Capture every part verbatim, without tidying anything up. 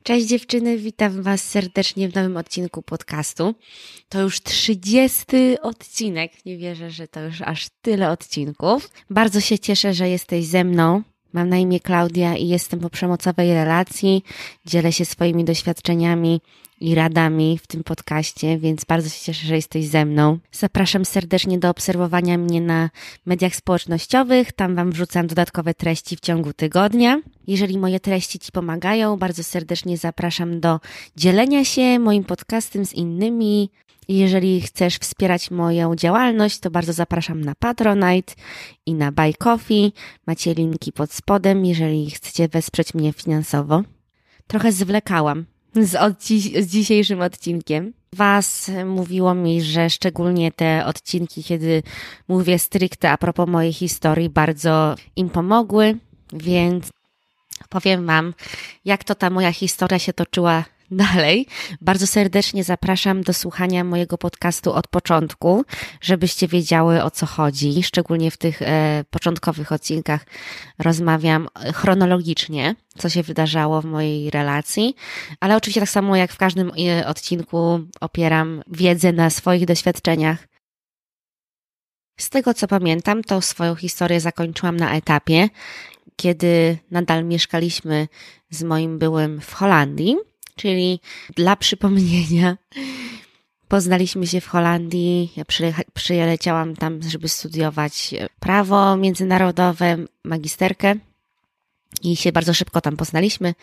Cześć dziewczyny, witam Was serdecznie w nowym odcinku podcastu. To już trzydziesty odcinek, nie wierzę, że to już aż tyle odcinków. Bardzo się cieszę, że jesteś ze mną. Mam na imię Klaudia i jestem po przemocowej relacji. Dzielę się swoimi doświadczeniami i radami w tym podcaście, więc bardzo się cieszę, że jesteś ze mną. Zapraszam serdecznie do obserwowania mnie na mediach społecznościowych. Tam Wam wrzucam dodatkowe treści w ciągu tygodnia. Jeżeli moje treści Ci pomagają, bardzo serdecznie zapraszam do dzielenia się moim podcastem z innymi. Jeżeli chcesz wspierać moją działalność, to bardzo zapraszam na Patronite i na Buy Coffee. Macie linki pod spodem, jeżeli chcecie wesprzeć mnie finansowo. Trochę zwlekałam z, odci- z dzisiejszym odcinkiem. Was mówiło mi, że szczególnie te odcinki, kiedy mówię stricte a propos mojej historii, bardzo im pomogły, więc powiem Wam, jak to ta moja historia się toczyła dalej. Bardzo serdecznie zapraszam do słuchania mojego podcastu od początku, żebyście wiedziały, o co chodzi. Szczególnie w tych e, początkowych odcinkach rozmawiam chronologicznie, co się wydarzało w mojej relacji, ale oczywiście tak samo jak w każdym e, odcinku opieram wiedzę na swoich doświadczeniach. Z tego, co pamiętam, to swoją historię zakończyłam na etapie, kiedy nadal mieszkaliśmy z moim byłym w Holandii. Czyli dla przypomnienia, poznaliśmy się w Holandii, ja przyleciałam tam, żeby studiować prawo międzynarodowe, magisterkę i się bardzo szybko tam poznaliśmy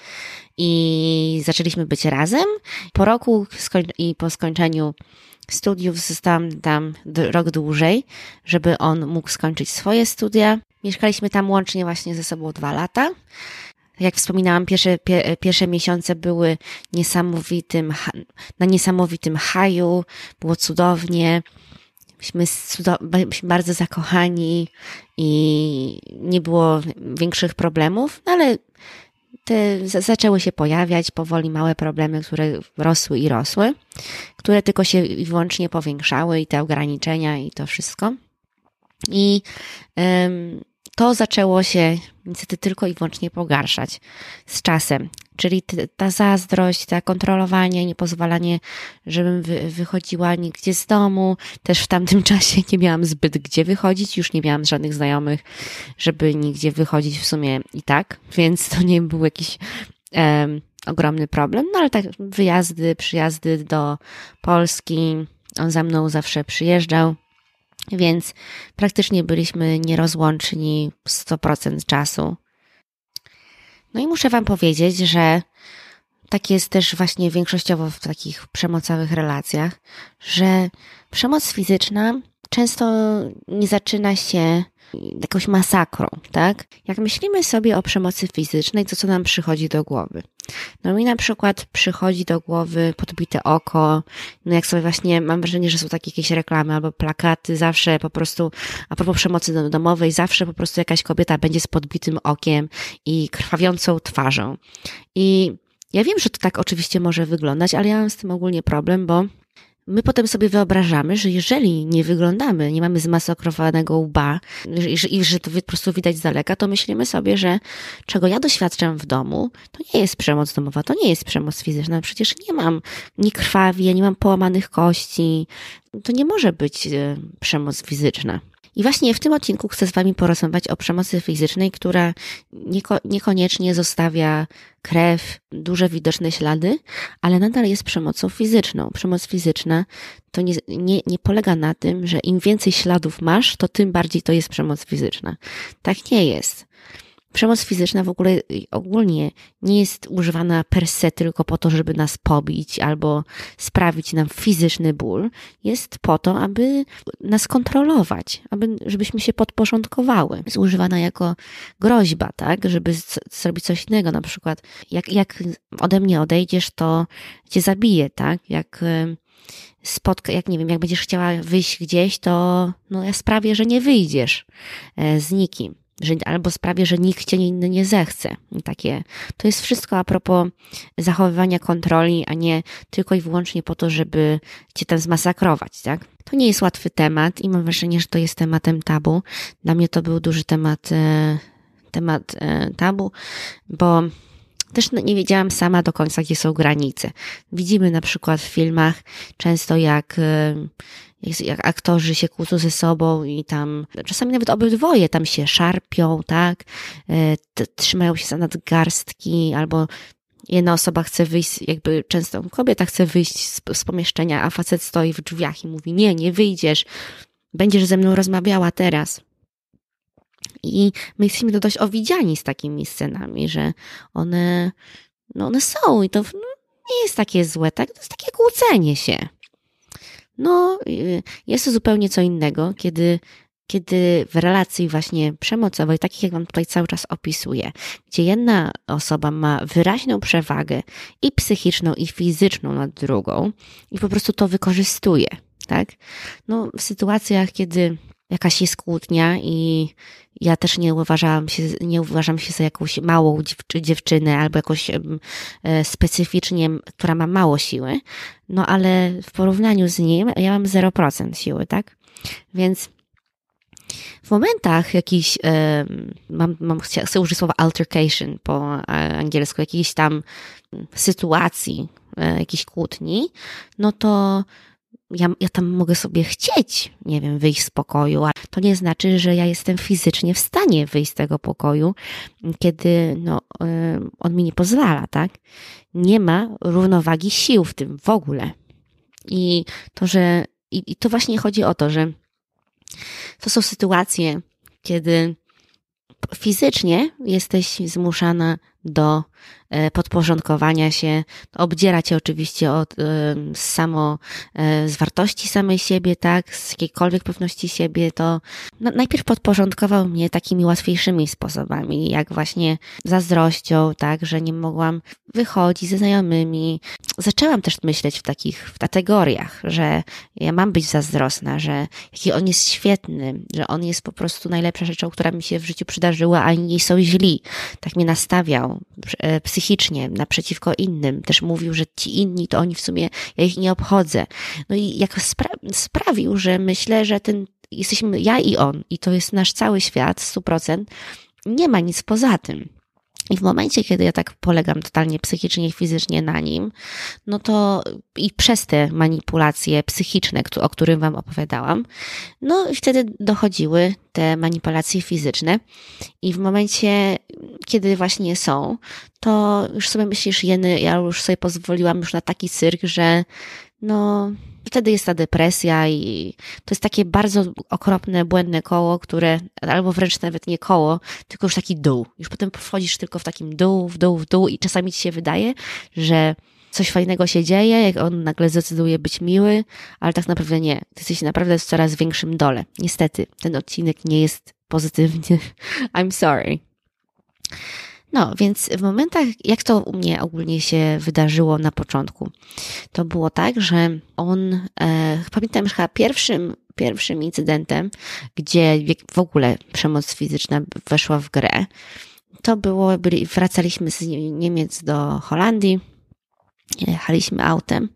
i zaczęliśmy być razem. Po roku skoń- i po skończeniu studiów zostałam tam rok dłużej, żeby on mógł skończyć swoje studia. Mieszkaliśmy tam łącznie właśnie ze sobą dwa lata. Jak wspominałam, pierwsze, pie, pierwsze miesiące były niesamowitym, na niesamowitym haju, było cudownie, byliśmy, cudo, byliśmy bardzo zakochani i nie było większych problemów, ale te z, zaczęły się pojawiać powoli małe problemy, które rosły i rosły, które tylko się i wyłącznie powiększały i te ograniczenia i to wszystko. I ym, to zaczęło się niestety tylko i wyłącznie pogarszać z czasem. Czyli ta zazdrość, ta kontrolowanie, niepozwalanie, żebym wy, wychodziła nigdzie z domu. Też w tamtym czasie nie miałam zbyt gdzie wychodzić. Już nie miałam żadnych znajomych, żeby nigdzie wychodzić w sumie i tak. Więc to nie był jakiś um, ogromny problem. No ale tak wyjazdy, przyjazdy do Polski. On za mną zawsze przyjeżdżał. Więc praktycznie byliśmy nierozłączni sto procent czasu. No i muszę Wam powiedzieć, że tak jest też właśnie większościowo w takich przemocowych relacjach, że przemoc fizyczna często nie zaczyna się jakąś masakrą, tak? Jak myślimy sobie o przemocy fizycznej, to co nam przychodzi do głowy? No mi na przykład przychodzi do głowy podbite oko, no jak sobie właśnie mam wrażenie, że są takie jakieś reklamy albo plakaty, zawsze po prostu, a propos przemocy domowej, zawsze po prostu jakaś kobieta będzie z podbitym okiem i krwawiącą twarzą. I ja wiem, że to tak oczywiście może wyglądać, ale ja mam z tym ogólnie problem, bo my potem sobie wyobrażamy, że jeżeli nie wyglądamy, nie mamy zmasakrowanego łba i, i że to po prostu widać z daleka, to myślimy sobie, że czego ja doświadczam w domu, to nie jest przemoc domowa, to nie jest przemoc fizyczna. Przecież nie mam, nie krwawię, nie mam połamanych kości. To nie może być e, przemoc fizyczna. I właśnie w tym odcinku chcę z Wami porozmawiać o przemocy fizycznej, która nieko- niekoniecznie zostawia krew, duże widoczne ślady, ale nadal jest przemocą fizyczną. Przemoc fizyczna to nie, nie, nie polega na tym, że im więcej śladów masz, to tym bardziej to jest przemoc fizyczna. Tak nie jest. Przemoc fizyczna w ogóle ogólnie nie jest używana per se tylko po to, żeby nas pobić albo sprawić nam fizyczny ból. Jest po to, aby nas kontrolować, aby, żebyśmy się podporządkowały. Jest używana jako groźba, tak, żeby z, zrobić coś innego. Na przykład jak, jak ode mnie odejdziesz, to cię zabiję, tak, jak spotka, jak nie wiem, jak będziesz chciała wyjść gdzieś, to no ja sprawię, że nie wyjdziesz z nikim. Że, albo sprawię, że nikt cię inny nie zechce. Takie, to jest wszystko a propos zachowywania kontroli, a nie tylko i wyłącznie po to, żeby cię tam zmasakrować, tak? To nie jest łatwy temat i mam wrażenie, że to jest tematem tabu. Dla mnie to był duży temat, temat tabu, bo Też nie wiedziałam sama do końca, gdzie są granice. Widzimy na przykład w filmach często jak, jak aktorzy się kłócą ze sobą i tam czasami nawet obydwoje tam się szarpią, tak? Trzymają się za nadgarstki albo jedna osoba chce wyjść, jakby często kobieta chce wyjść z, z pomieszczenia, a facet stoi w drzwiach i mówi: nie, nie wyjdziesz, będziesz ze mną rozmawiała teraz. I my jesteśmy to dość owidziani z takimi scenami, że one, no one są i to no, nie jest takie złe, tak? To jest takie kłócenie się. No, jest to zupełnie co innego, kiedy, kiedy w relacji właśnie przemocowej, takich jak wam tutaj cały czas opisuję, gdzie jedna osoba ma wyraźną przewagę i psychiczną, i fizyczną nad drugą i po prostu to wykorzystuje, tak? No, w sytuacjach, kiedy jakaś jest kłótnia i ja też nie uważałam się, nie uważam się za jakąś małą dziewczynę albo jakąś e, specyficznie, która ma mało siły, no ale w porównaniu z nim ja mam zero procent siły, tak? Więc w momentach jakiś, e, mam, mam, chcę użyć słowa altercation po angielsku, jakiejś tam sytuacji, e, jakiejś kłótni, no to Ja, ja tam mogę sobie chcieć, nie wiem, wyjść z pokoju, a to nie znaczy, że ja jestem fizycznie w stanie wyjść z tego pokoju, kiedy no, on mi nie pozwala, tak? Nie ma równowagi sił w tym w ogóle. I to, że i, i to właśnie chodzi o to, że to są sytuacje, kiedy fizycznie jesteś zmuszana do podporządkowania się, obdziera cię oczywiście od samo, z wartości samej siebie, tak, z jakiejkolwiek pewności siebie, to no, najpierw podporządkował mnie takimi łatwiejszymi sposobami, jak właśnie zazdrością, tak, że nie mogłam wychodzić ze znajomymi. Zaczęłam też myśleć w takich w kategoriach, że ja mam być zazdrosna, że jaki on jest świetny, że on jest po prostu najlepszą rzeczą, która mi się w życiu przydarzyła, a inni są źli. Tak mnie nastawiał psychicznie naprzeciwko innym. Też mówił, że ci inni to oni w sumie, ja ich nie obchodzę. No i jak spra- sprawił, że myślę, że ten jesteśmy ja i on i to jest nasz cały świat, sto procent, nie ma nic poza tym. I w momencie, kiedy ja tak polegam totalnie psychicznie i fizycznie na nim, no to i przez te manipulacje psychiczne, o którym wam opowiadałam, no i wtedy dochodziły te manipulacje fizyczne i w momencie, kiedy właśnie są, to już sobie myślisz, jeny, ja już sobie pozwoliłam już na taki cyrk, że no wtedy jest ta depresja i to jest takie bardzo okropne, błędne koło, które, albo wręcz nawet nie koło, tylko już taki dół. Już potem wchodzisz tylko w takim dół, w dół, w dół i czasami ci się wydaje, że coś fajnego się dzieje, jak on nagle zdecyduje być miły, ale tak naprawdę nie. Ty jesteś naprawdę w coraz większym dole. Niestety, ten odcinek nie jest pozytywny. I'm sorry. No, więc w momentach, jak to u mnie ogólnie się wydarzyło na początku, to było tak, że on, e, pamiętam, że chyba pierwszym, pierwszym incydentem, gdzie w ogóle przemoc fizyczna weszła w grę, to było, byli, wracaliśmy z Niemiec do Holandii, jechaliśmy autem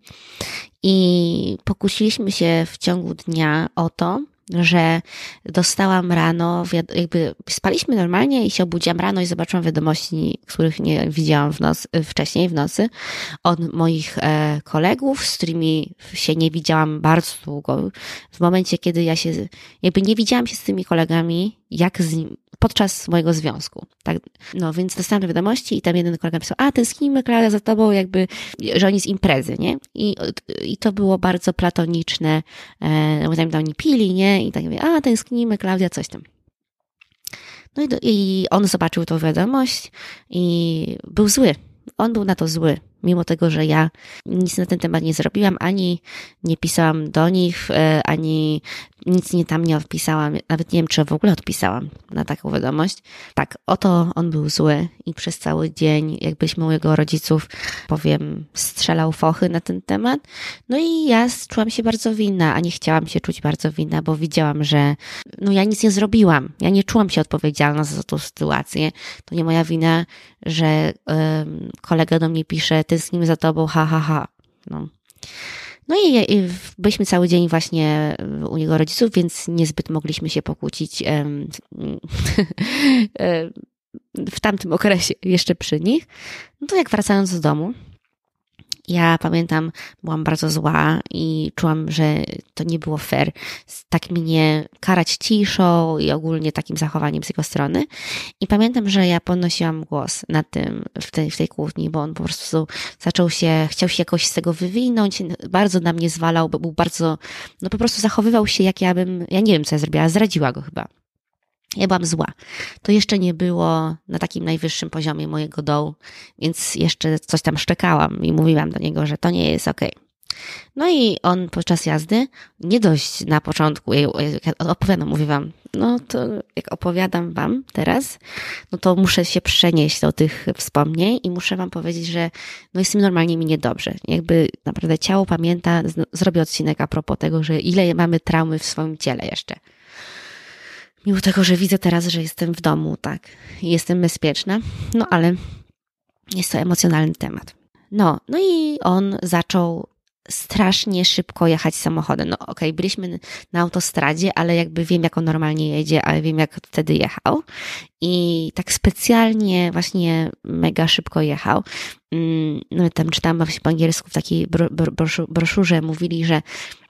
i pokusiliśmy się w ciągu dnia o to, że dostałam rano, jakby spaliśmy normalnie i się obudziłam rano i zobaczyłam wiadomości, których nie widziałam w nocy, wcześniej w nocy od moich e, kolegów, z którymi się nie widziałam bardzo długo. W momencie, kiedy ja się, jakby nie widziałam się z tymi kolegami, jak z nim, podczas mojego związku. Tak, no więc dostałam te wiadomości i tam jeden kolega napisał: a tęsknimy, Klaudia, za tobą, jakby, że oni z imprezy, nie? I, i to było bardzo platoniczne, e, bo tam oni pili, nie? I tak mówię: a tęsknimy, Klaudia, coś tam. No i, do, i on zobaczył tą wiadomość i był zły. On był na to zły, mimo tego, że ja nic na ten temat nie zrobiłam, ani nie pisałam do nich, ani nic nie tam nie odpisałam, nawet nie wiem, czy w ogóle odpisałam na taką wiadomość. Tak, oto on był zły i przez cały dzień, jakbyśmy u jego rodziców, powiem, strzelał fochy na ten temat. No i ja czułam się bardzo winna, a nie chciałam się czuć bardzo winna, bo widziałam, że no ja nic nie zrobiłam. Ja nie czułam się odpowiedzialna za tą sytuację. To nie moja wina, że um, kolega do mnie pisze: tęsknimy za tobą, ha, ha, ha. No. No i, i byliśmy cały dzień właśnie u jego rodziców, więc niezbyt mogliśmy się pokłócić. w tamtym okresie jeszcze przy nich. No to jak wracając do domu, ja pamiętam, byłam bardzo zła i czułam, że to nie było fair. Tak mnie karać ciszą i ogólnie takim zachowaniem z jego strony. I pamiętam, że ja podnosiłam głos na tym, w tej, w tej kłótni, bo on po prostu zaczął się, chciał się jakoś z tego wywinąć, bardzo na mnie zwalał, bo był bardzo, no po prostu zachowywał się jak ja bym, ja nie wiem co ja zrobiła, zdradziła go chyba. Ja byłam zła. To jeszcze nie było na takim najwyższym poziomie mojego dołu, więc jeszcze coś tam szczekałam i mówiłam do niego, że to nie jest okej. No i on podczas jazdy, nie dość na początku, jak opowiadam, mówię wam, no to jak opowiadam wam teraz, no to muszę się przenieść do tych wspomnień i muszę wam powiedzieć, że no jest mi normalnie mi niedobrze. Jakby naprawdę ciało pamięta, zrobię odcinek a propos tego, że ile mamy traumy w swoim ciele jeszcze. Mimo tego, że widzę teraz, że jestem w domu, tak, i jestem bezpieczna, no ale jest to emocjonalny temat. No, no i on zaczął strasznie szybko jechać samochodem. No okej, okay, byliśmy na autostradzie, ale jakby wiem, jak on normalnie jedzie, ale wiem, jak wtedy jechał. I tak specjalnie właśnie mega szybko jechał. No tam czytałam właśnie po angielsku w takiej broszurze, mówili, że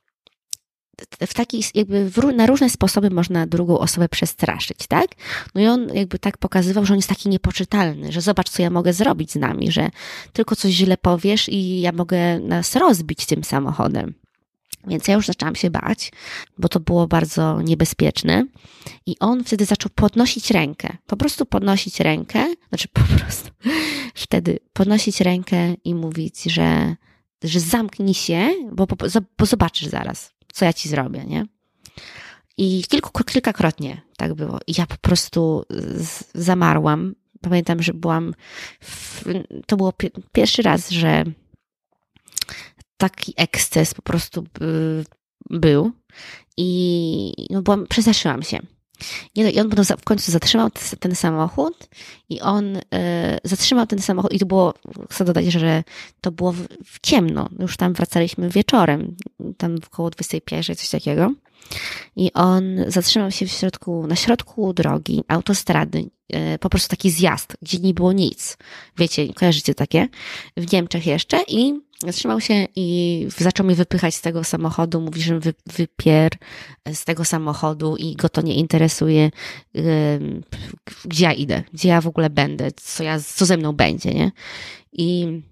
w taki, jakby w, na różne sposoby można drugą osobę przestraszyć, tak? No i on jakby tak pokazywał, że on jest taki niepoczytalny, że zobacz, co ja mogę zrobić z nami, że tylko coś źle powiesz i ja mogę nas rozbić tym samochodem. Więc ja już zaczęłam się bać, bo to było bardzo niebezpieczne i on wtedy zaczął podnosić rękę, po prostu podnosić rękę, znaczy po prostu wtedy podnosić rękę i mówić, że, że zamknij się, bo, bo zobaczysz zaraz, co ja ci zrobię, nie? I kilku, kilkakrotnie tak było. I ja po prostu z, zamarłam. Pamiętam, że byłam, w, to było pi- pierwszy raz, że taki eksces po prostu by, był i no byłam, przestraszyłam się. I on w końcu zatrzymał ten samochód i on y, zatrzymał ten samochód i to było, chcę dodać, że to było w, w ciemno. Już tam wracaliśmy wieczorem, tam około dwudziestej pierwszej, coś takiego. I on zatrzymał się w środku, na środku drogi, autostrady, y, po prostu taki zjazd, gdzie nie było nic. Wiecie, kojarzycie takie? W Niemczech jeszcze i zatrzymał się i zaczął mnie wypychać z tego samochodu, mówi, że wy, wypier z tego samochodu i go to nie interesuje, yy, gdzie ja idę, gdzie ja w ogóle będę, co, ja, co ze mną będzie, nie? I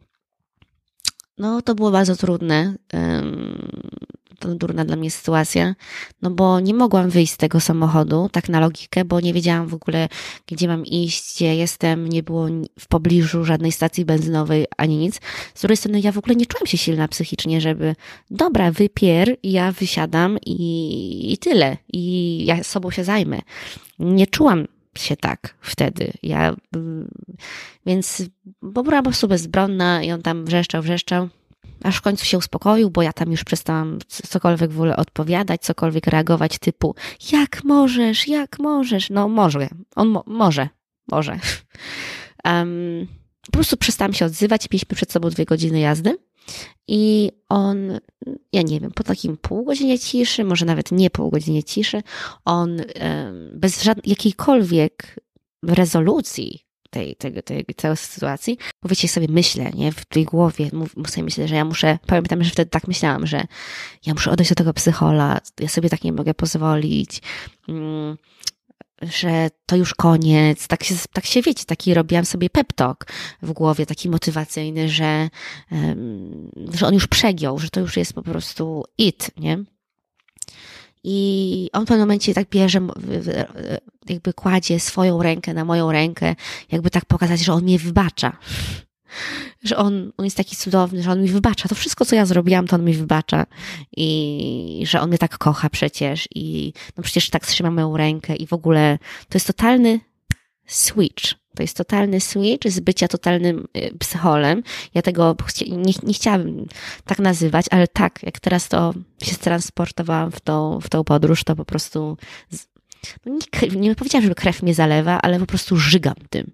no to było bardzo trudne, yy, to trudna dla mnie sytuacja, no bo nie mogłam wyjść z tego samochodu, tak na logikę, bo nie wiedziałam w ogóle, gdzie mam iść, gdzie jestem, nie było w pobliżu żadnej stacji benzynowej, ani nic. Z drugiej strony ja w ogóle nie czułam się silna psychicznie, żeby dobra, wypier, ja wysiadam i, i tyle, i ja sobą się zajmę. Nie czułam się tak wtedy. Ja, więc bo byłam po prostu bezbronna i on tam wrzeszczał, wrzeszczał. Aż w końcu się uspokoił, bo ja tam już przestałam cokolwiek w ogóle odpowiadać, cokolwiek reagować typu jak możesz, jak możesz, no może, on mo- może, może. Um, po prostu przestałam się odzywać, mieliśmy przed sobą dwie godziny jazdy i on, ja nie wiem, po takim pół godzinie ciszy, może nawet nie pół godzinie ciszy, on um, bez żadnej, jakiejkolwiek rezolucji tej, tej, tej całej sytuacji, bo wiecie, sobie myślę, nie, w tej głowie, sobie myślę, że ja muszę, pamiętam, że wtedy tak myślałam, że ja muszę odejść do tego psychola, ja sobie tak nie mogę pozwolić, mm, że to już koniec, tak się, tak się wiecie, taki robiłam sobie pep talk w głowie, taki motywacyjny, że, um, że on już przegiął, że to już jest po prostu it, nie? I on w pewnym momencie tak bierze, jakby kładzie swoją rękę na moją rękę, jakby tak pokazać, że on mnie wybacza. Że on, on jest taki cudowny, że on mi wybacza. To wszystko, co ja zrobiłam, to on mi wybacza. I że on mnie tak kocha przecież. I no przecież tak trzyma moją rękę. I w ogóle to jest totalny switch. To jest totalny switch z bycia totalnym psycholem. Ja tego nie, nie chciałabym tak nazywać, ale tak, jak teraz to się transportowałam w tą, w tą podróż, to po prostu no nie, nie powiedziałam, że krew mnie zalewa, ale po prostu żygam tym.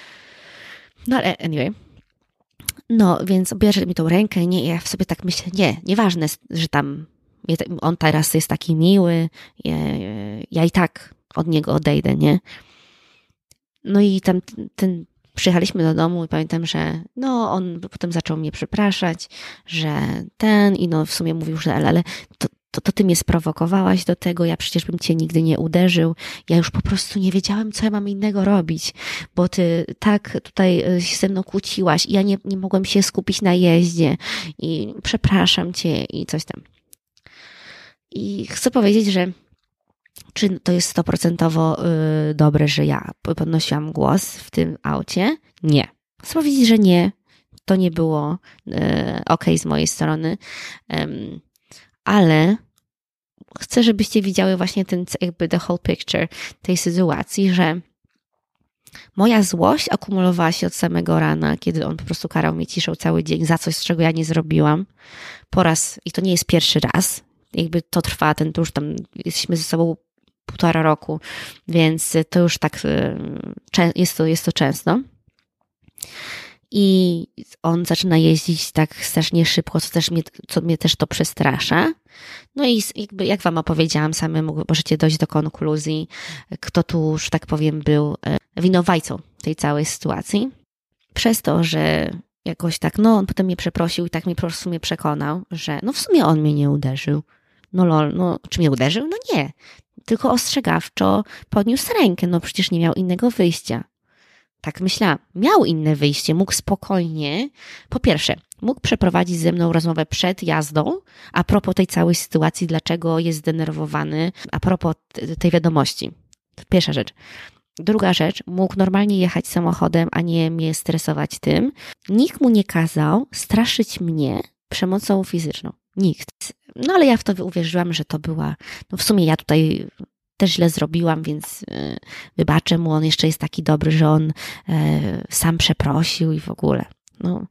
No ale anyway. No, więc bierze mi tą rękę, nie, ja sobie tak myślę, nie, nieważne, że tam on teraz jest taki miły, ja, ja i tak od niego odejdę, nie? No i tam ten, przyjechaliśmy do domu i pamiętam, że no on potem zaczął mnie przepraszać, że ten i no w sumie mówił, że ale, ale to, to, to ty mnie sprowokowałaś do tego, ja przecież bym cię nigdy nie uderzył. Ja już po prostu nie wiedziałem, co ja mam innego robić, bo ty tak tutaj się ze mną kłóciłaś i ja nie, nie mogłem się skupić na jeździe i przepraszam cię i coś tam. I chcę powiedzieć, że czy to jest stoprocentowo yy, dobre, że ja podnosiłam głos w tym aucie? Nie. Chcę powiedzieć, że nie. To nie było yy, okej z mojej strony. Um, ale chcę, żebyście widziały właśnie ten jakby the whole picture tej sytuacji, że moja złość akumulowała się od samego rana, kiedy on po prostu karał mnie ciszą cały dzień za coś, z czego ja nie zrobiłam. Po raz, i to nie jest pierwszy raz, jakby to trwa, ten to już tam, jesteśmy ze sobą półtora roku, więc to już tak jest to, jest to często. I on zaczyna jeździć tak strasznie szybko, co, też mnie, co mnie też to przestrasza. No i jakby, jak wam opowiedziałam, samemu możecie dojść do konkluzji, kto tu, że tak powiem, był winowajcą tej całej sytuacji. Przez to, że jakoś tak, no on potem mnie przeprosił i tak mnie po prostu mnie przekonał, że no w sumie on mnie nie uderzył. No lol, no czy mnie uderzył? No nie. Tylko ostrzegawczo podniósł rękę, no przecież nie miał innego wyjścia. Tak myślałam. Miał inne wyjście, mógł spokojnie, po pierwsze, mógł przeprowadzić ze mną rozmowę przed jazdą, a propos tej całej sytuacji, dlaczego jest zdenerwowany, a propos tej wiadomości. Pierwsza rzecz. Druga rzecz, mógł normalnie jechać samochodem, a nie mnie stresować tym. Nikt mu nie kazał straszyć mnie przemocą fizyczną. Nikt. No ale ja w to uwierzyłam, że to była, no w sumie ja tutaj też źle zrobiłam, więc wybaczę mu, on jeszcze jest taki dobry, że on sam przeprosił i w ogóle. No,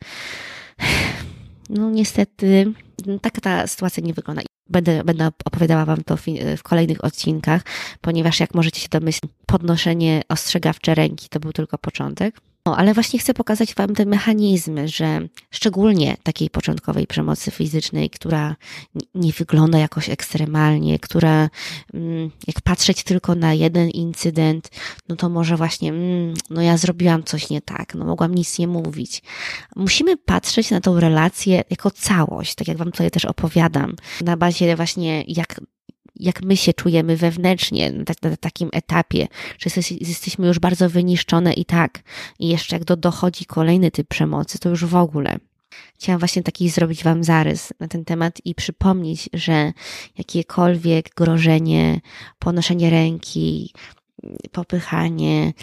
no niestety taka ta sytuacja nie wygląda. Będę, będę opowiadała wam to w, w kolejnych odcinkach, ponieważ jak możecie się domyślić, podnoszenie ostrzegawcze ręki to był tylko początek. No, ale właśnie chcę pokazać wam te mechanizmy, że szczególnie takiej początkowej przemocy fizycznej, która nie wygląda jakoś ekstremalnie, która jak patrzeć tylko na jeden incydent, no to może właśnie, no ja zrobiłam coś nie tak, no mogłam nic nie mówić. Musimy patrzeć na tą relację jako całość, tak jak wam tutaj też opowiadam, na bazie właśnie jak jak my się czujemy wewnętrznie na, na takim etapie, że jesteśmy już bardzo wyniszczone i tak. I jeszcze jak do, dochodzi kolejny typ przemocy, to już w ogóle. Chciałam właśnie taki zrobić wam zarys na ten temat i przypomnieć, że jakiekolwiek grożenie, ponoszenie ręki, popychanie,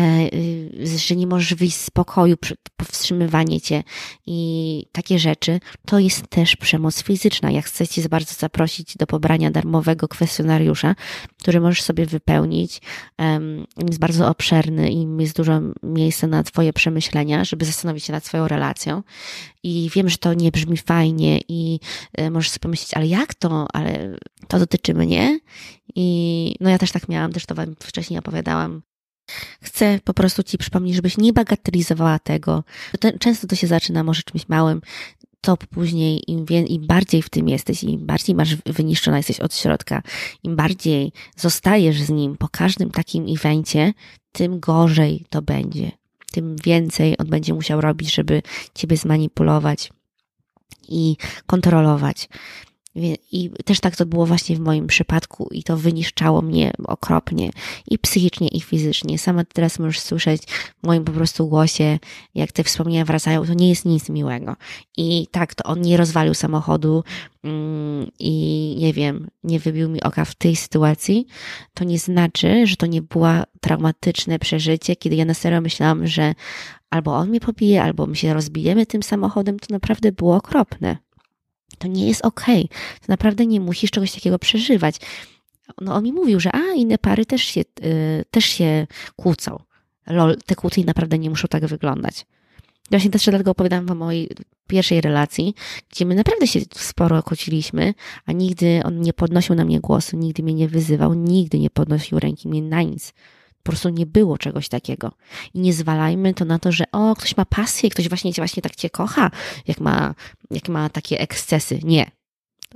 że nie możesz wyjść z pokoju, powstrzymywanie cię i takie rzeczy, to jest też przemoc fizyczna. Ja chcę cię bardzo zaprosić do pobrania darmowego kwestionariusza, który możesz sobie wypełnić. Jest bardzo obszerny i jest dużo miejsca na twoje przemyślenia, żeby zastanowić się nad swoją relacją. I wiem, że to nie brzmi fajnie i możesz sobie pomyśleć, ale jak to? Ale to dotyczy mnie. I no ja też tak miałam, też to wam wcześniej opowiadałam. Chcę po prostu ci przypomnieć, żebyś nie bagatelizowała tego. Często to się zaczyna może czymś małym, to później im, wie, im bardziej w tym jesteś, im bardziej masz wyniszczona jesteś od środka, im bardziej zostajesz z nim po każdym takim evencie, tym gorzej to będzie. Tym więcej on będzie musiał robić, żeby ciebie zmanipulować i kontrolować. I też tak to było właśnie w moim przypadku i to wyniszczało mnie okropnie i psychicznie i fizycznie. Sama teraz możesz słyszeć w moim po prostu głosie, jak te wspomnienia wracają, to nie jest nic miłego. I tak, to on nie rozwalił samochodu mm, i nie wiem, nie wybił mi oka w tej sytuacji. To nie znaczy, że to nie było traumatyczne przeżycie, kiedy ja na serio myślałam, że albo on mnie pobije, albo my się rozbijemy tym samochodem. To naprawdę było okropne. To nie jest okej. To naprawdę nie musisz czegoś takiego przeżywać. No on mi mówił, że a, inne pary też się, yy, też się kłócą. Lol, te kłótnie naprawdę nie muszą tak wyglądać. Właśnie też dlatego opowiadam wam o mojej pierwszej relacji, gdzie my naprawdę się sporo kłóciliśmy, a nigdy on nie podnosił na mnie głosu, nigdy mnie nie wyzywał, nigdy nie podnosił ręki mnie na nic. Po prostu nie było czegoś takiego. I nie zwalajmy to na to, że o, ktoś ma pasję, ktoś właśnie, właśnie tak cię kocha, jak ma, jak ma takie ekscesy. Nie.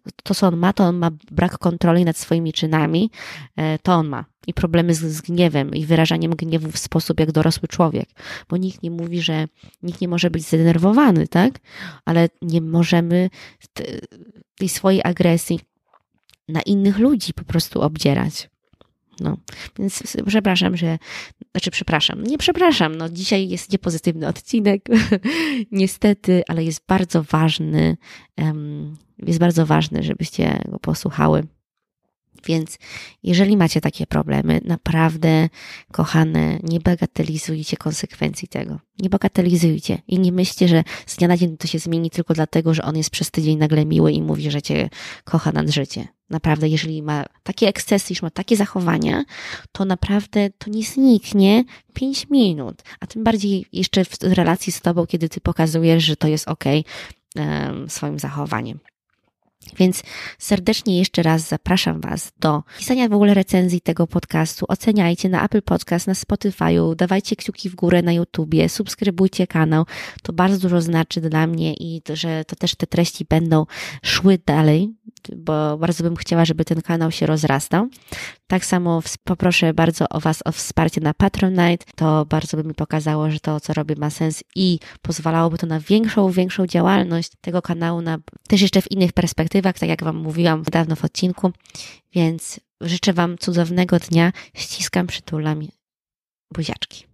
to, co on ma, to on ma brak kontroli nad swoimi czynami, to on ma. I problemy z, z gniewem i wyrażaniem gniewu w sposób jak dorosły człowiek. Bo nikt nie mówi, że nikt nie może być zdenerwowany, tak? Ale nie możemy tej swojej agresji na innych ludzi po prostu obdzierać. No, więc przepraszam, że, znaczy przepraszam, nie przepraszam, no dzisiaj jest niepozytywny odcinek, niestety, ale jest bardzo ważny, um, jest bardzo ważny, żebyście go posłuchały. Więc jeżeli macie takie problemy, naprawdę, kochane, nie bagatelizujcie konsekwencji tego. Nie bagatelizujcie i nie myślcie, że z dnia na dzień to się zmieni tylko dlatego, że on jest przez tydzień nagle miły i mówi, że cię kocha nad życie. Naprawdę, jeżeli ma takie ekscesy, już ma takie zachowania, to naprawdę to nie zniknie pięć minut. A tym bardziej jeszcze w relacji z tobą, kiedy ty pokazujesz, że to jest okej um, swoim zachowaniem. Więc serdecznie jeszcze raz zapraszam Was do pisania w ogóle recenzji tego podcastu. Oceniajcie na Apple Podcast, na Spotify'u, dawajcie kciuki w górę na YouTubie, subskrybujcie kanał. To bardzo dużo znaczy dla mnie i to, że to też te treści będą szły dalej, bo bardzo bym chciała, żeby ten kanał się rozrastał. Tak samo poproszę bardzo o Was o wsparcie na Patronite. To bardzo by mi pokazało, że to, co robię, ma sens i pozwalałoby to na większą, większą działalność tego kanału, na, też jeszcze w innych perspektywach, tak jak Wam mówiłam dawno w odcinku. Więc życzę Wam cudownego dnia. Ściskam, przytulam. Buziaczki.